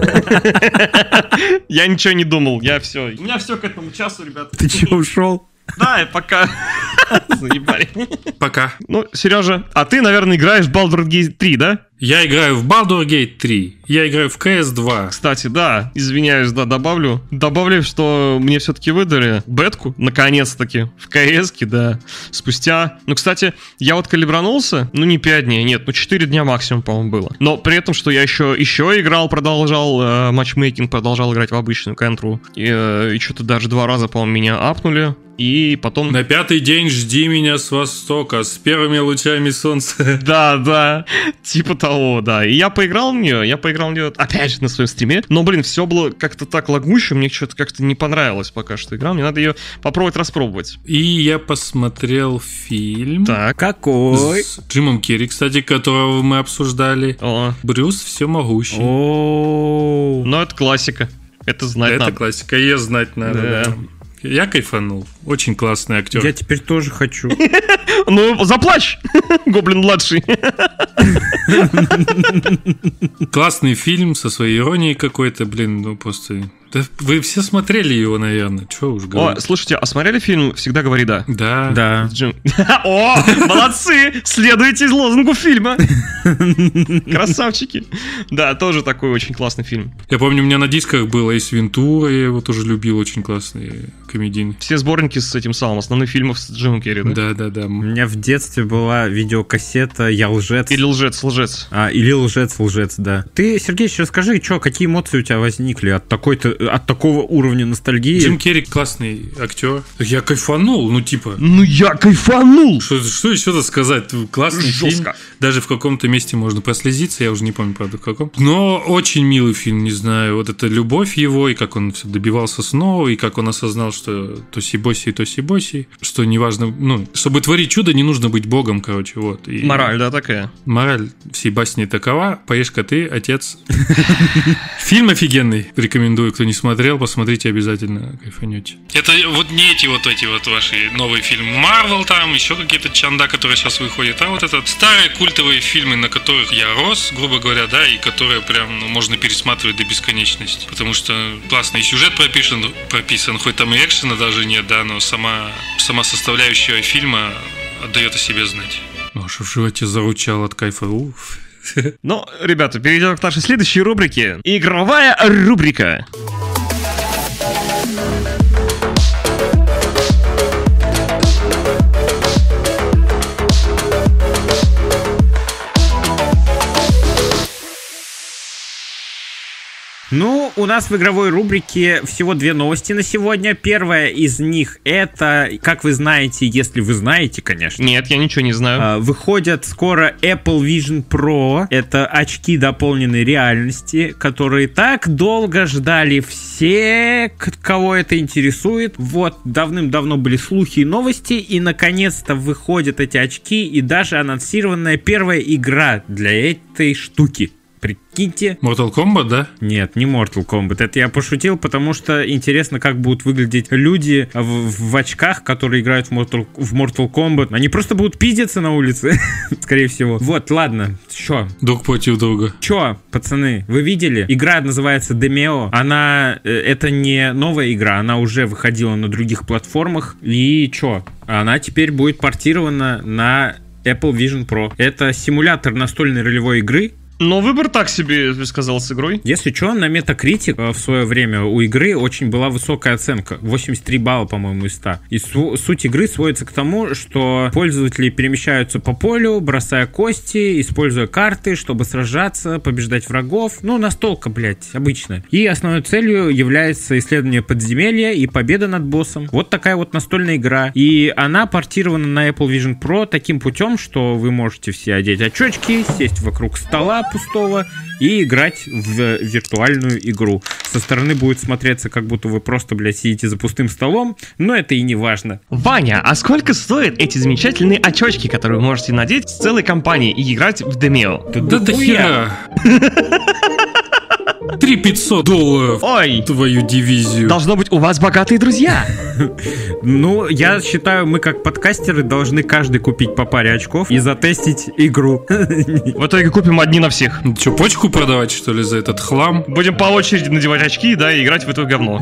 Я ничего не думал, у меня все к этому часу, ребят. Ты че, ушел? Да, пока. Заебали. Пока. Сережа, а ты, наверное, играешь в Baldur's Gate 3, да? Я играю в Baldur's Gate 3. Я играю в CS 2. Кстати, да, извиняюсь, да, добавлю, что мне все-таки выдали бетку, наконец-таки, в CS-ке, да, спустя... кстати, я вот калибранулся, не 5 дней, нет, 4 дня максимум, по-моему, было. Но при этом, что я еще играл, продолжал матчмейкинг, продолжал играть в обычную контру. И что-то даже 2 раза, по-моему, меня апнули. И потом... На 5-й день жди меня с востока, с первыми лучами солнца. Да, типа того, да. И я поиграл в нее, опять же на своем стриме. Но, все было как-то так лагуще, мне что-то как-то не понравилось пока что игра. Мне надо ее попробовать распробовать. И я посмотрел фильм. Так. Какой? С Джимом Керри, кстати, которого мы обсуждали. Брюс всемогущий. Ну, это классика. Это знать надо. Это классика, ее знать надо, да. Я кайфанул. Очень классный актер. Я теперь тоже хочу. Заплачь, Гоблин-младший. Классный фильм со своей иронией какой-то, просто... Да вы все смотрели его, наверное. Чего уж говорить. Слушайте, а смотрели фильм «Всегда говори да»? Да. Джим. О, молодцы! Следуйте лозунгу фильма. Красавчики. Да, тоже такой очень классный фильм. Я помню, у меня на дисках был Эйс Вентура, я его тоже любил, очень классный комедийный. Все сборники с этим самым, основных фильмов с Джимом Керри, да? Да. У меня в детстве была видеокассета «Я лжец». Или лжец. Или лжец, да. Ты, Сергеич, расскажи, какие эмоции у тебя возникли от такого уровня ностальгии? Джим Керри классный актер. Я кайфанул, я кайфанул! Что еще-то сказать? Классный Жестко. фильм. Даже в каком-то месте можно прослезиться, я уже не помню, правда, в каком. Но очень милый фильм, не знаю. Вот эта любовь его, и как он все добивался снова, и как он осознал, что то сибось тоси-боси, что неважно, чтобы творить чудо, не нужно быть богом, короче, вот. И мораль, да, такая? Мораль всей басни такова: поешь-ка ты, отец. Фильм офигенный, рекомендую, кто не смотрел, посмотрите обязательно, кайфанете. Это вот не эти вот ваши новые фильмы Marvel, там еще какие-то чанда, которые сейчас выходят, а вот это старые культовые фильмы, на которых я рос, грубо говоря, да, и которые прям можно пересматривать до бесконечности, потому что классный сюжет прописан, хоть там и экшена даже нет, да, но сама составляющая фильма отдает о себе знать. Аж в животе заручал от кайфа. Уф. Ну, ребята, перейдем к нашей следующей рубрике. Игровая рубрика. Ну, у нас в игровой рубрике всего 2 новости на сегодня. Первая из них это, как вы знаете, если вы знаете, конечно. Нет, я ничего не знаю. Выходят скоро Apple Vision Pro. Это очки дополненной реальности, которые так долго ждали все, кого это интересует. Вот, давным-давно были слухи и новости, и наконец-то выходят эти очки, и даже анонсированная первая игра для этой штуки. Прикиньте. Mortal Kombat, да? Нет, не Mortal Kombat. Это я пошутил, потому что интересно, как будут выглядеть люди в очках, которые играют в Mortal Kombat. Они просто будут пиздиться на улице, скорее всего. Вот, ладно. Чё? Друг против друга. Чё, пацаны, вы видели? Игра называется Demeo. Это не новая игра, она уже выходила на других платформах. И чё? Она теперь будет портирована на Apple Vision Pro. Это симулятор настольной ролевой игры. Но выбор так себе, сказал, с игрой. Если что, на Metacritic в свое время у игры очень была высокая оценка. 83 балла, по-моему, из 100. И суть игры сводится к тому, что пользователи перемещаются по полю, бросая кости, используя карты, чтобы сражаться, побеждать врагов. Ну, настолка, блядь, обычная. И основной целью является исследование подземелья и победа над боссом. Вот такая вот настольная игра. И она портирована на Apple Vision Pro таким путем, что вы можете все одеть очечки, сесть вокруг стола пустого и играть в виртуальную игру. Со стороны будет смотреться, как будто вы просто, блядь, сидите за пустым столом, но это и не важно. Ваня, а сколько стоят эти замечательные очечки, которые вы можете надеть с целой компанией и играть в Demeo? Да до хера! $3,500. Ой! Твою дивизию. Должно быть, у вас богатые друзья. Ну, я считаю, мы как подкастеры должны каждый купить по паре очков и затестить игру. В итоге купим одни на всех. Что, почку продавать, что ли, за этот хлам? Будем по очереди надевать очки, да, и играть в это говно.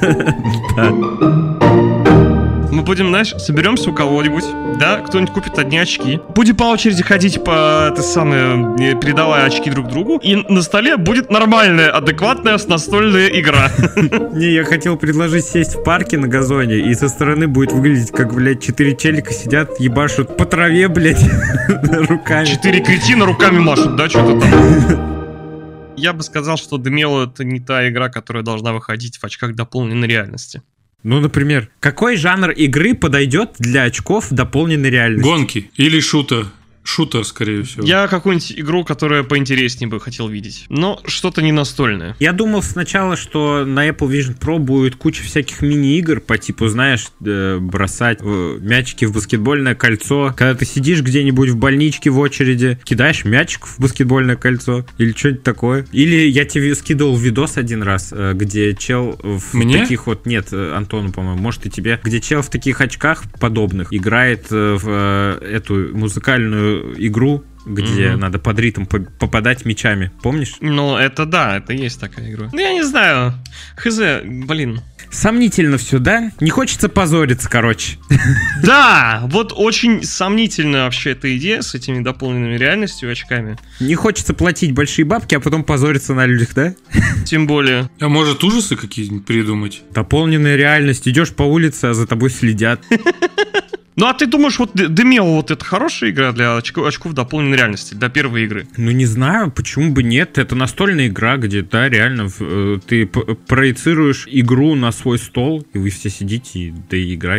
Мы будем, знаешь, соберемся у кого-нибудь, да, кто-нибудь купит одни очки. Будем по очереди ходить передавая очки друг другу, и на столе будет нормальная, адекватная настольная игра. Не, я хотел предложить сесть в парке на газоне, и со стороны будет выглядеть, как, блядь, 4 челика сидят, ебашут по траве, блядь, руками. 4 кретина руками машут, да, что-то там. Я бы сказал, что Demeo — это не та игра, которая должна выходить в очках дополненной реальности. Ну, например, какой жанр игры подойдет для очков дополненной реальности? Гонки или шутер. Шутер, скорее всего. Я какую-нибудь игру, которая поинтереснее бы хотел видеть. Но что-то не настольное. Я думал сначала, что на Apple Vision Pro будет куча всяких мини-игр по типу, знаешь, бросать мячики в баскетбольное кольцо. Когда ты сидишь где-нибудь в больничке в очереди, кидаешь мячик в баскетбольное кольцо. Или что-нибудь такое. Или я тебе скидывал видос один раз, где чел в таких вот... Нет, Антону, по-моему, может и тебе. Где чел в таких очках подобных играет в эту музыкальную игру, где надо под ритм попадать мячами. Помнишь? Ну, это да, это есть такая игра. Ну, я не знаю. Хз, блин. Сомнительно все, да? Не хочется позориться, короче. Да, вот очень сомнительная вообще эта идея с этими дополненными реальностью очками. Не хочется платить большие бабки, а потом позориться на людях, да? Тем более. А может ужасы какие-нибудь придумать? Дополненная реальность. Идешь по улице, а за тобой следят. Ну, а ты думаешь, вот Demeo вот это хорошая игра для очков дополненной реальности, для первой игры? Ну, не знаю, почему бы нет. Это настольная игра, где, да, реально ты проецируешь игру на свой стол, и вы все сидите, да и играете.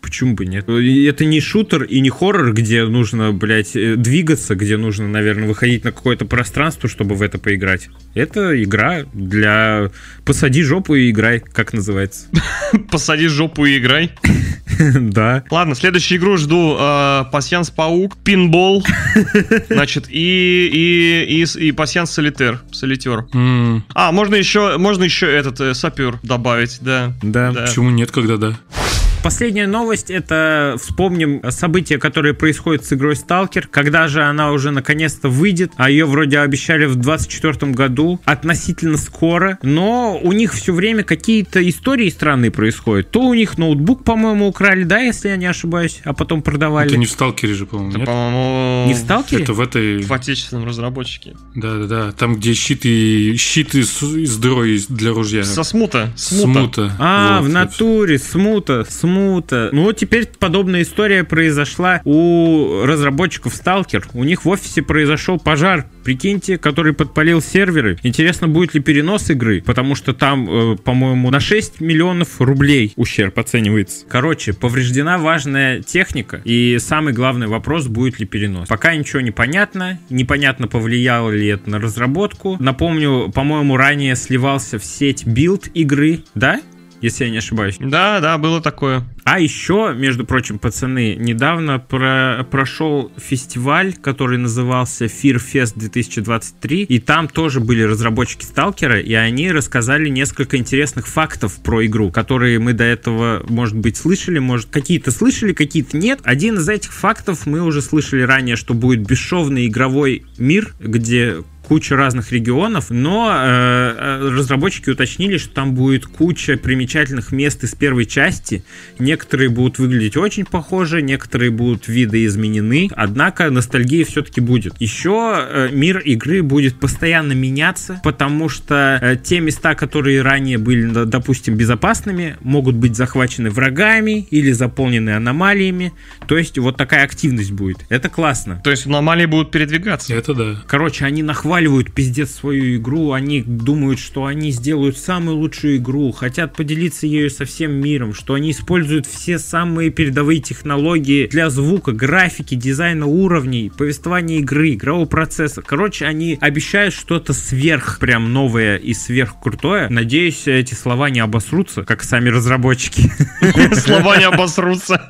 Почему бы нет? Это не шутер и не хоррор, где нужно, блядь, двигаться, где нужно, наверное, выходить на какое-то пространство, чтобы в это поиграть. Это игра для... Посади жопу и играй, как называется. Посади жопу и играй. Да. Ладно, следующую игру жду. Пасьянс Паук, Пинбол, значит, и Пасьянс Солитер. Можно еще этот сапер добавить, да. Да. Почему нет, когда да? Последняя новость — это вспомним события, которые происходят с игрой Stalker. Когда же она уже наконец-то выйдет, а ее вроде обещали в 2024 году, относительно скоро, но у них все время какие-то истории странные происходят. То у них ноутбук, по-моему, украли, да, если я не ошибаюсь, а потом продавали. Это не в Сталкере же, по-моему, это, нет? по-моему, не в Сталкере? Это в этой... В отечественном разработчике. Да. Там, где щиты из дырой для ружья. Со смута. Вот, в натуре, смута. Ну, теперь подобная история произошла у разработчиков Stalker. У них в офисе произошел пожар, прикиньте, который подпалил серверы. Интересно, будет ли перенос игры, потому что там, по-моему, на 6 миллионов рублей ущерб оценивается. Короче, повреждена важная техника, и самый главный вопрос, будет ли перенос. Пока ничего не понятно. Непонятно, повлияло ли это на разработку. Напомню, по-моему, ранее сливался в сеть билд игры, да? Если я не ошибаюсь. Да, было такое. А еще, между прочим, пацаны, недавно прошел фестиваль, который назывался Fear Fest 2023, и там тоже были разработчики Сталкера, и они рассказали несколько интересных фактов про игру, которые мы до этого, может быть, слышали, может, какие-то слышали, какие-то нет. Один из этих фактов мы уже слышали ранее, что будет бесшовный игровой мир, где куча разных регионов, но разработчики уточнили, что там будет куча примечательных мест из первой части. Некоторые будут выглядеть очень похоже, некоторые будут видоизменены, однако ностальгия все-таки будет. Еще мир игры будет постоянно меняться, потому что те места, которые ранее были, допустим, безопасными, могут быть захвачены врагами или заполнены аномалиями. То есть вот такая активность будет. Это классно. То есть аномалии будут передвигаться. Это да. Короче, они нахваливают пиздец свою игру, они думают, что они сделают самую лучшую игру, хотят поделиться ею со всем миром, что они используют все самые передовые технологии для звука, графики, дизайна уровней, повествования игры, игрового процесса. Короче, они обещают что-то сверх прям новое и сверхкрутое. Надеюсь, эти слова не обосрутся, как сами разработчики. Слова не обосрутся.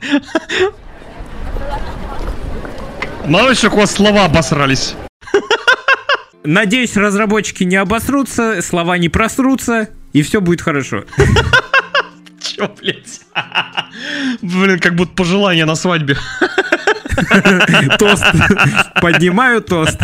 Мало ли, что у вас слова обосрались. Надеюсь, разработчики не обосрутся, слова не просрутся, и все будет хорошо. Чё, блядь? Блин, как будто пожелание на свадьбе. Тост. Поднимаю тост.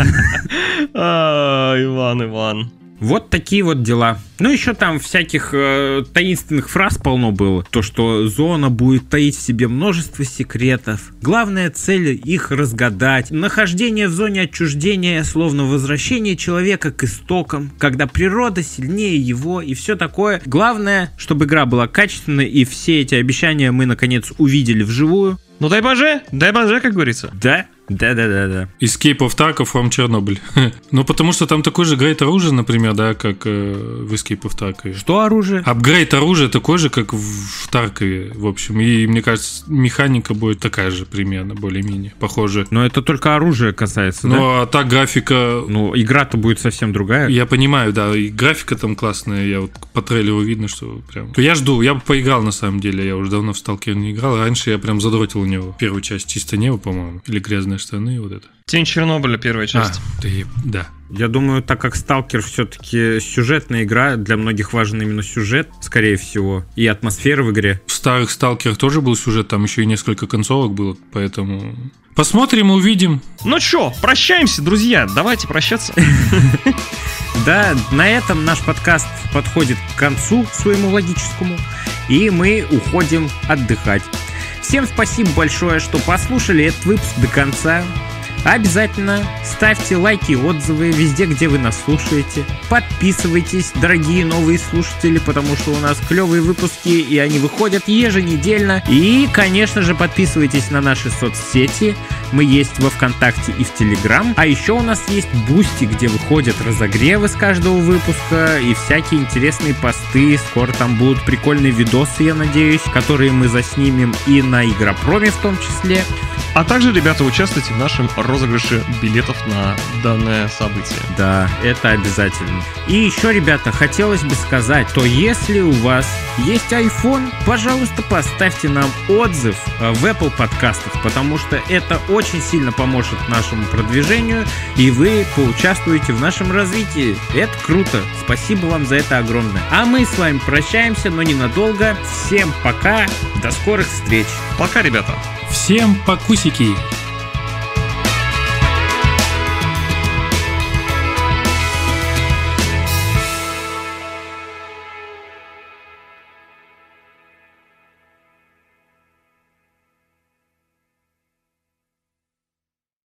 Иван. Вот такие вот дела. Ну, еще там всяких таинственных фраз полно было. То, что зона будет таить в себе множество секретов. Главная цель их разгадать. Нахождение в зоне отчуждения, словно возвращение человека к истокам, когда природа сильнее его и все такое. Главное, чтобы игра была качественной, и все эти обещания мы, наконец, увидели вживую. Ну, дай боже, как говорится. Да. Escape of Tarkov from Chernobyl. Ну, потому что там такой же грейд оружия, например, да, как в Escape of Tarkov. Что оружие? Апгрейд оружия такой же, как в Таркове, в общем. И, мне кажется, механика будет такая же примерно, более-менее, похожая. Но это только оружие касается, да? Ну, а так графика... Ну, игра-то будет совсем другая. Я понимаю, да, и графика там классная. Я вот по трейлеру видно, что прям... Я жду, я бы поиграл, на самом деле. Я уже давно в Stalker не играл. Раньше я прям задротил у него первую часть «Чисто небо», по-моему. Или «Грязные штаны», вот это. «Тень Чернобыля», первая часть. Да. Я думаю, так как Stalker все-таки сюжетная игра, для многих важен именно сюжет, скорее всего, и атмосфера в игре. В старых Stalker тоже был сюжет, там еще и несколько концовок было, поэтому... Посмотрим и увидим. Ну чё, прощаемся, друзья, давайте прощаться. Да, на этом наш подкаст подходит к концу своему логическому, и мы уходим отдыхать. Всем спасибо большое, что послушали этот выпуск до конца. Обязательно ставьте лайки и отзывы везде, где вы нас слушаете. Подписывайтесь, дорогие новые слушатели, потому что у нас клевые выпуски, и они выходят еженедельно. И, конечно же, подписывайтесь на наши соцсети. Мы есть во ВКонтакте и в Телеграм. А еще у нас есть Бусти, где выходят разогревы с каждого выпуска и всякие интересные посты. Скоро там будут прикольные видосы, я надеюсь, которые мы заснимем и на Игропроме в том числе. А также, ребята, участвуйте в нашем розыгрыше билетов на данное событие. Да, это обязательно. И еще, ребята, хотелось бы сказать, что если у вас есть iPhone, пожалуйста, поставьте нам отзыв в Apple подкастах, потому что это очень сильно поможет нашему продвижению, и вы поучаствуете в нашем развитии. Это круто. Спасибо вам за это огромное. А мы с вами прощаемся, но ненадолго. Всем пока, до скорых встреч. Пока, ребята. Всем покусики!